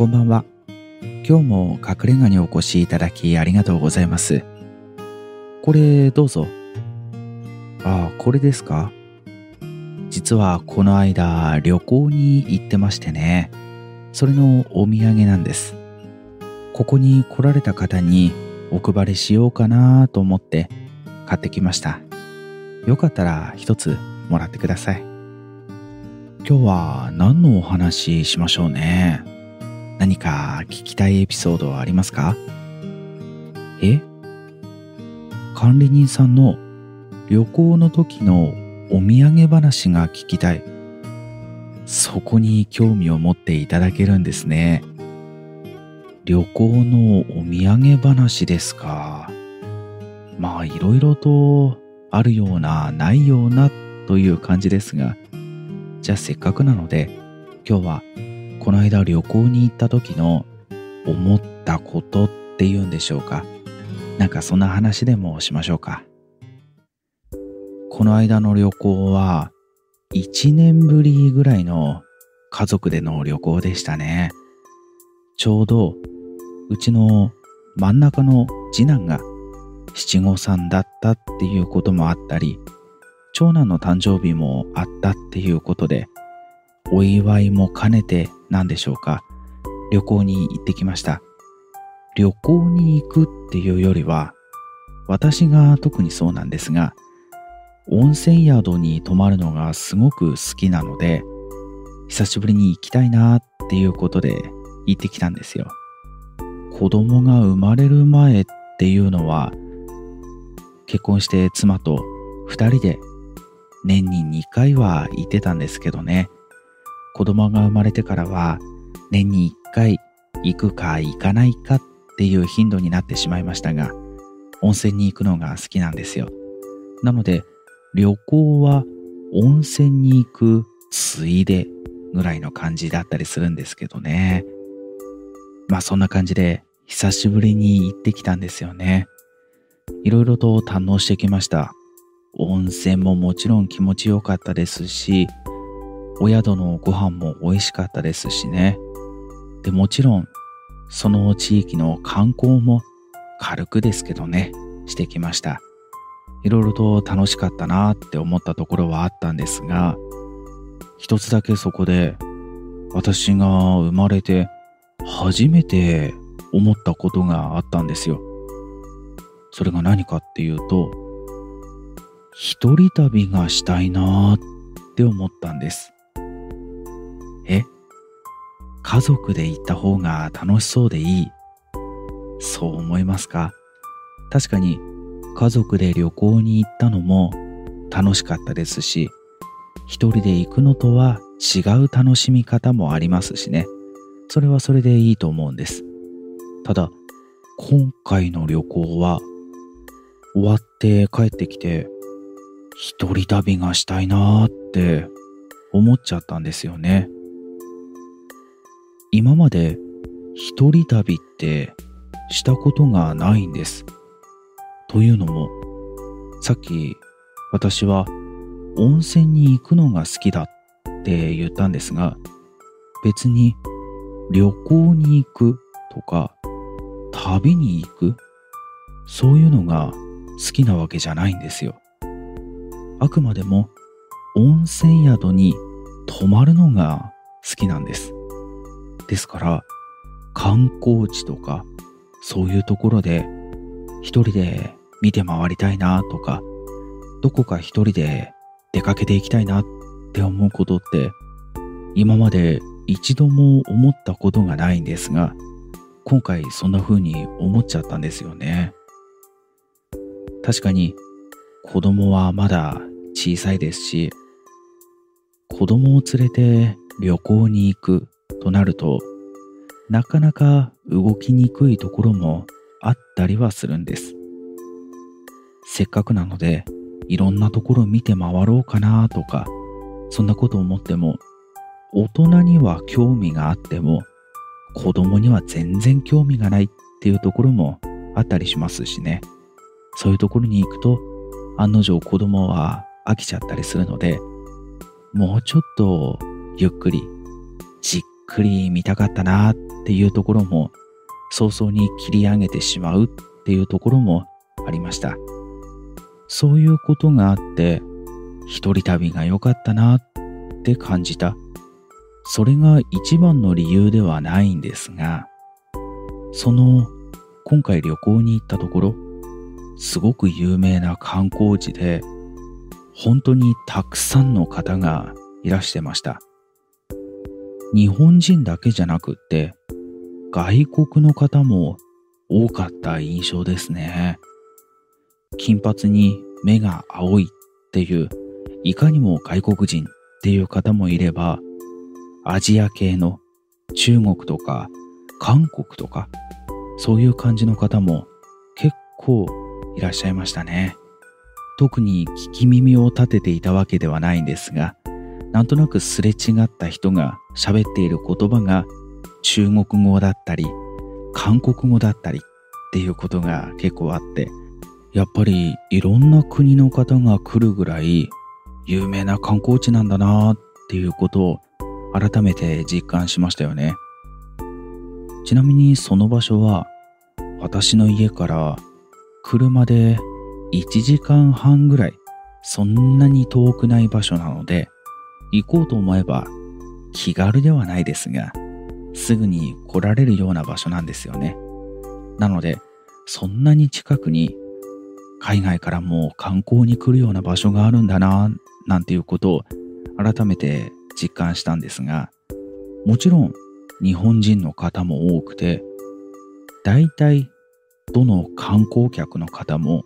こんばんは。今日も隠れ家にお越しいただきありがとうございます。これどうぞ。これですか？実はこの間旅行に行ってましてね。それのお土産なんです。ここに来られた方にお配りしようかなと思って買ってきました。よかったら一つもらってください。今日は何のお話しましょうね。何か聞きたいエピソードはありますか？管理人さんの旅行の時のお土産話が聞きたい。そこに興味を持っていただけるんですね。旅行のお土産話ですか。いろいろとあるようなないようなという感じですが、じゃあせっかくなので今日はこの間旅行に行った時の思ったことっていうんでしょうか。なんかそんな話でもしましょうか。この間の旅行は1年ぶりぐらいの家族での旅行でしたね。ちょうどうちの真ん中の次男が七五三だったっていうこともあったり、長男の誕生日もあったっていうことで、お祝いも兼ねてなんでしょうか、旅行に行ってきました。旅行に行くっていうよりは、私が特にそうなんですが、温泉宿に泊まるのがすごく好きなので、久しぶりに行きたいなっていうことで行ってきたんですよ。子供が生まれる前っていうのは、結婚して妻と2人で年に2回は行ってたんですけどね。子供が生まれてからは年に1回行くか行かないかっていう頻度になってしまいましたが、温泉に行くのが好きなんですよ。なので旅行は温泉に行くついでぐらいの感じだったりするんですけどね。そんな感じで久しぶりに行ってきたんですよね。いろいろと堪能してきました。温泉ももちろん気持ちよかったですし、お宿のご飯も美味しかったですしね。で、もちろんその地域の観光も軽くですけどね、してきました。いろいろと楽しかったなって思ったところはあったんですが、一つだけそこで私が生まれて初めて思ったことがあったんですよ。それが何かっていうと、一人旅がしたいなって思ったんです。家族で行った方が楽しそうでいい。そう思いますか？確かに家族で旅行に行ったのも楽しかったですし、一人で行くのとは違う楽しみ方もありますしね。それはそれでいいと思うんです。ただ、今回の旅行は終わって帰ってきて、一人旅がしたいなって思っちゃったんですよね。今まで一人旅ってしたことがないんです。というのも、さっき私は温泉に行くのが好きだって言ったんですが、別に旅行に行くとか旅に行く、そういうのが好きなわけじゃないんですよ。あくまでも温泉宿に泊まるのが好きなんです。ですから観光地とかそういうところで一人で見て回りたいなとか、どこか一人で出かけていきたいなって思うことって今まで一度も思ったことがないんですが、今回そんな風に思っちゃったんですよね。確かに子供はまだ小さいですし、子供を連れて旅行に行くとなると、なかなか動きにくいところもあったりはするんです。せっかくなのでいろんなところ見て回ろうかなとか、そんなこと思っても、大人には興味があっても子供には全然興味がないっていうところもあったりしますしね。そういうところに行くと案の定子供は飽きちゃったりするので、もうちょっとゆっくりじっくり見たかったなっていうところも早々に切り上げてしまうっていうところもありました。そういうことがあって一人旅が良かったなって感じた。それが一番の理由ではないんですが、今回旅行に行ったところ、すごく有名な観光地で本当にたくさんの方がいらしてました。日本人だけじゃなくって外国の方も多かった印象ですね。金髪に目が青いっていう、いかにも外国人っていう方もいれば、アジア系の中国とか韓国とかそういう感じの方も結構いらっしゃいましたね。特に聞き耳を立てていたわけではないんですが、なんとなくすれ違った人が喋っている言葉が中国語だったり韓国語だったりっていうことが結構あって、やっぱりいろんな国の方が来るぐらい有名な観光地なんだなっていうことを改めて実感しましたよね。ちなみにその場所は私の家から車で1時間半ぐらい、そんなに遠くない場所なので、行こうと思えば気軽ではないですが、すぐに来られるような場所なんですよね。なのでそんなに近くに海外からも観光に来るような場所があるんだななんていうことを改めて実感したんですが、もちろん日本人の方も多くて、だいたいどの観光客の方も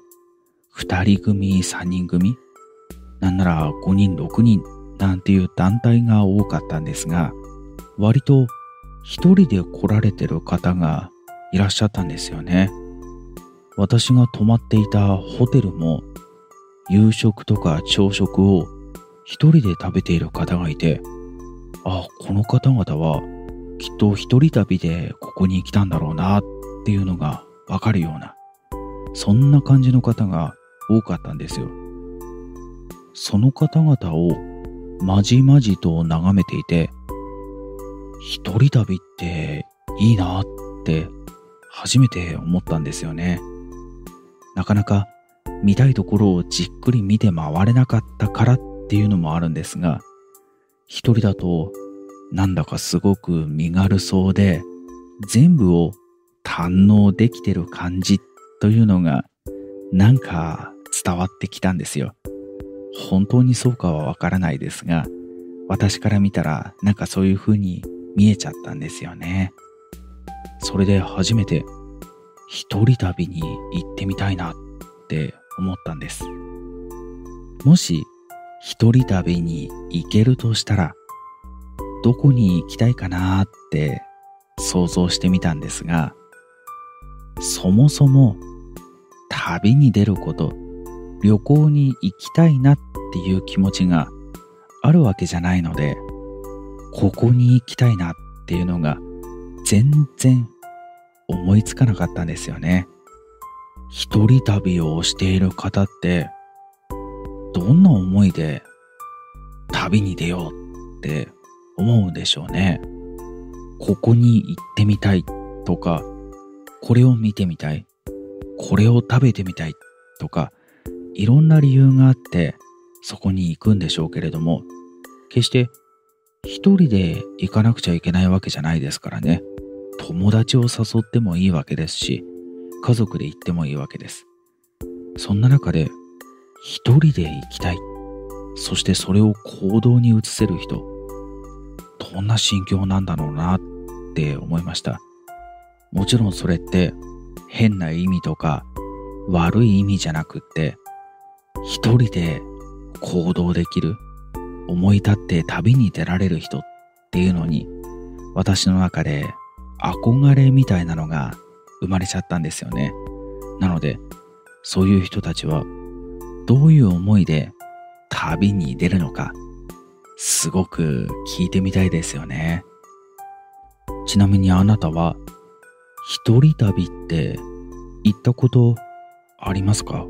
2人組3人組、なんなら5人6人なんていう団体が多かったんですが、割と一人で来られてる方がいらっしゃったんですよね。私が泊まっていたホテルも夕食とか朝食を一人で食べている方がいて、あ、この方々はきっと一人旅でここに来たんだろうなっていうのがわかるような、そんな感じの方が多かったんですよ。その方々をまじまじと眺めていて、一人旅っていいなって初めて思ったんですよね。なかなか見たいところをじっくり見て回れなかったからっていうのもあるんですが、一人だとなんだかすごく身軽そうで全部を堪能できてる感じというのがなんか伝わってきたんですよ。本当にそうかはわからないですが、私から見たらなんかそういう風に見えちゃったんですよね。それで初めて一人旅に行ってみたいなって思ったんです。もし一人旅に行けるとしたらどこに行きたいかなって想像してみたんですが、そもそも旅に出ること、旅行に行きたいなっていう気持ちがあるわけじゃないので、ここに行きたいなっていうのが全然思いつかなかったんですよね。一人旅をしている方ってどんな思いで旅に出ようって思うんでしょうね。ここに行ってみたいとか、これを見てみたい、これを食べてみたいとか、いろんな理由があってそこに行くんでしょうけれども、決して一人で行かなくちゃいけないわけじゃないですからね。友達を誘ってもいいわけですし、家族で行ってもいいわけです。そんな中で一人で行きたい、そしてそれを行動に移せる人、どんな心境なんだろうなって思いました。もちろんそれって変な意味とか悪い意味じゃなくって、一人で行動できる、思い立って旅に出られる人っていうのに、私の中で憧れみたいなのが生まれちゃったんですよね。なのでそういう人たちはどういう思いで旅に出るのか、すごく聞いてみたいですよね。ちなみにあなたは一人旅って行ったことありますか？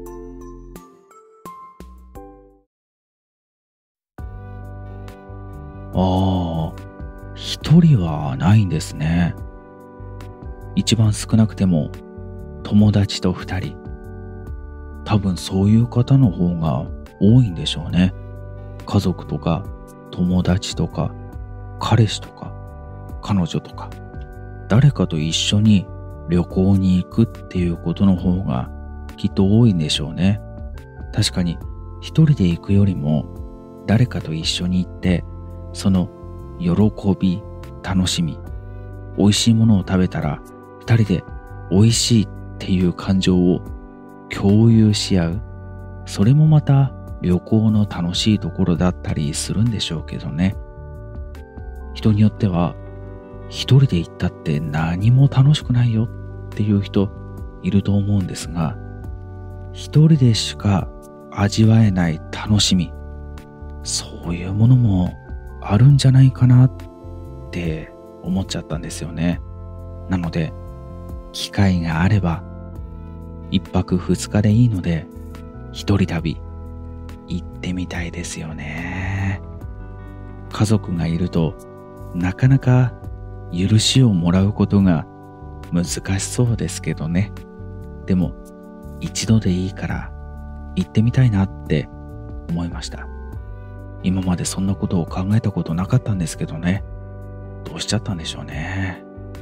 一一人はないんですね。一番少なくても友達と二人。多分そういう方の方が多いんでしょうね。家族とか友達とか彼氏とか彼女とか誰かと一緒に旅行に行くっていうことの方がきっと多いんでしょうね。確かに一人で行くよりも誰かと一緒に行ってその喜び、楽しみ、美味しいものを食べたら二人で美味しいっていう感情を共有し合う。それもまた旅行の楽しいところだったりするんでしょうけどね。人によっては一人で行ったって何も楽しくないよっていう人いると思うんですが、一人でしか味わえない楽しみ、そういうものもあるんじゃないかなって思っちゃったんですよね。なので機会があれば一泊二日でいいので一人旅行ってみたいですよね。家族がいるとなかなか許しをもらうことが難しそうですけどね。でも一度でいいから行ってみたいなって思いました。今までそんなことを考えたことなかったんですけどね。どうしちゃったんでしょうね。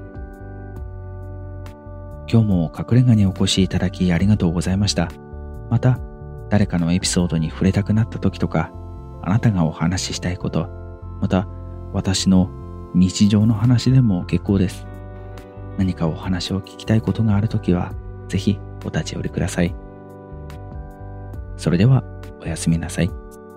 今日も隠れ家にお越しいただきありがとうございました。また誰かのエピソードに触れたくなった時とか、あなたがお話ししたいこと、また私の日常の話でも結構です。何かお話を聞きたいことがあるときはぜひお立ち寄りください。それではおやすみなさい。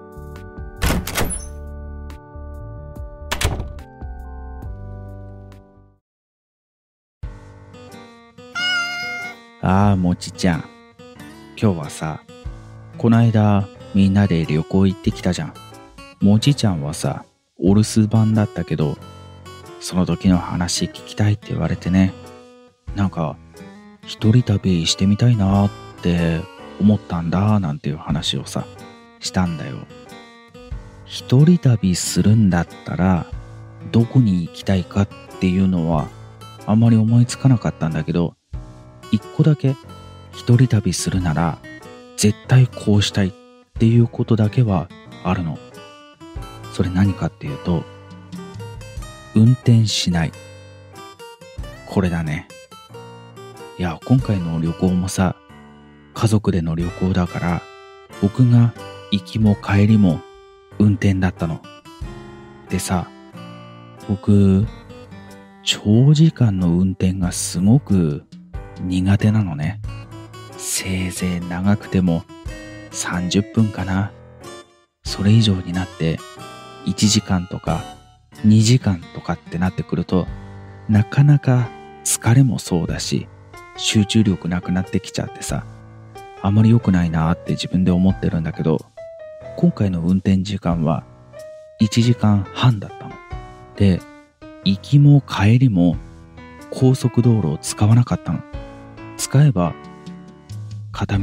もちちゃん。今日はさ、こないだみんなで旅行行ってきたじゃん。もちちゃんはさ、お留守番だったけど、その時の話聞きたいって言われてね。なんか、一人旅してみたいなって思ったんだなんていう話をさ、したんだよ。一人旅するんだったら、どこに行きたいかっていうのは、あんまり思いつかなかったんだけど、一個だけ一人旅するなら絶対こうしたいっていうことだけはあるの。それ何かっていうと、運転しない。これだね。いや、今回の旅行もさ、家族での旅行だから、僕が行きも帰りも運転だったの。でさ、僕、長時間の運転がすごく苦手なのね。せいぜい長くても30分かな。それ以上になって1時間とか2時間とかってなってくると、なかなか疲れもそうだし集中力なくなってきちゃってさ、あまり良くないなって自分で思ってるんだけど、今回の運転時間は1時間半だったの。で、行きも帰りも高速道路を使わなかったの。使えば片道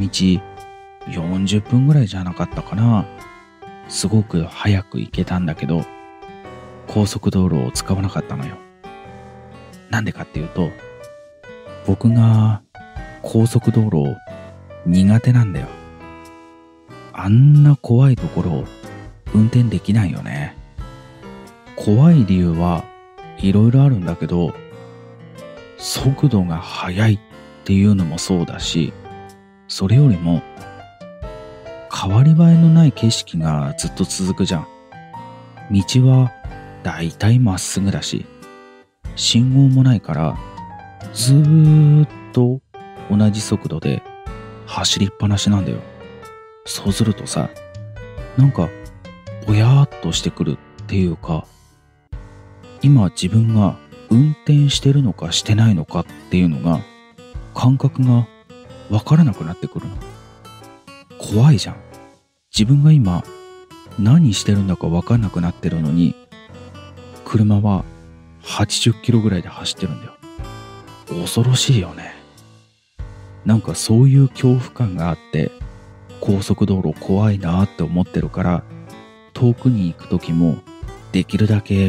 40分ぐらいじゃなかったかな。すごく早く行けたんだけど、高速道路を使わなかったのよ。なんでかっていうと、僕が高速道路苦手なんだよ。あんな怖いところを運転できないよね。怖い理由はいろいろあるんだけど、速度が速いっていうのもそうだし、それよりも変わり映えのない景色がずっと続くじゃん。道はだいたいまっすぐだし、信号もないからずーっと同じ速度で走りっぱなしなんだよ。そうするとさ、なんかぼやーっとしてくるっていうか、今自分が運転してるのかしてないのかっていうのが感覚がわからなくなってくるの。怖いじゃん。自分が今何してるんだかわかんなくなってるのに、車は80キロぐらいで走ってるんだよ。恐ろしいよね。なんかそういう恐怖感があって、高速道路怖いなって思ってるから、遠くに行く時もできるだけ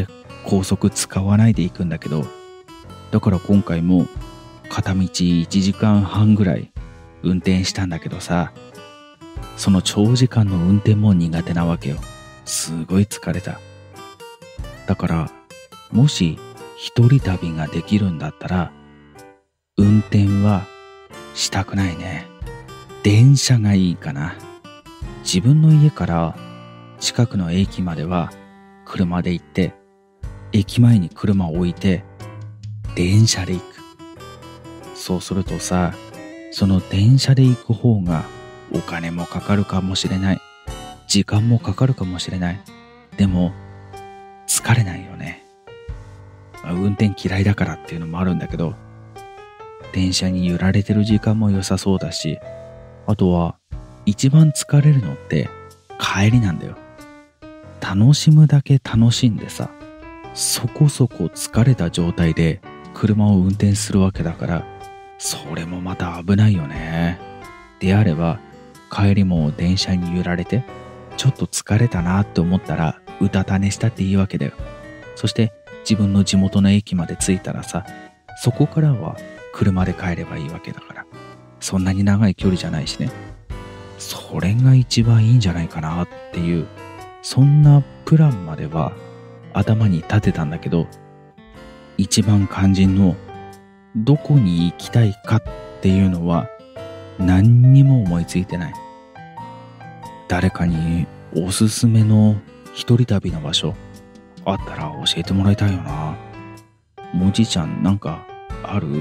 高速使わないで行くんだけど、だから今回も片道1時間半ぐらい運転したんだけどさ、その長時間の運転も苦手なわけよ。すごい疲れた。だからもし一人旅ができるんだったら運転はしたくないね。電車がいいかな。自分の家から近くの駅までは車で行って、駅前に車を置いて電車で行く。そうするとさ、その電車で行く方がお金もかかるかもしれない。時間もかかるかもしれない。でも疲れないよね。運転嫌いだからっていうのもあるんだけど、電車に揺られてる時間も良さそうだし、あとは一番疲れるのって帰りなんだよ。楽しむだけ楽しんでさ、そこそこ疲れた状態で車を運転するわけだから、それもまた危ないよね。であれば帰りも電車に揺られてちょっと疲れたなって思ったらうたた寝したっていいわけだよ。そして自分の地元の駅まで着いたらさ、そこからは車で帰ればいいわけだから、そんなに長い距離じゃないしね。それが一番いいんじゃないかなっていう、そんなプランまでは頭に立てたんだけど、一番肝心のどこに行きたいかっていうのは何にも思いついてない。誰かにおすすめの一人旅の場所あったら教えてもらいたいよな。もじちゃんなんかある？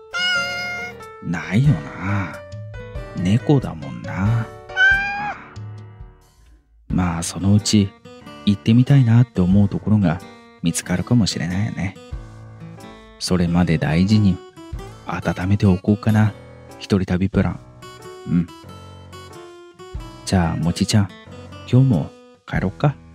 ないよな。猫だもんな。まあそのうち行ってみたいなって思うところが見つかるかもしれないよね。それまで大事に温めておこうかな、一人旅プラン。じゃあもちちゃん、今日も帰ろっか。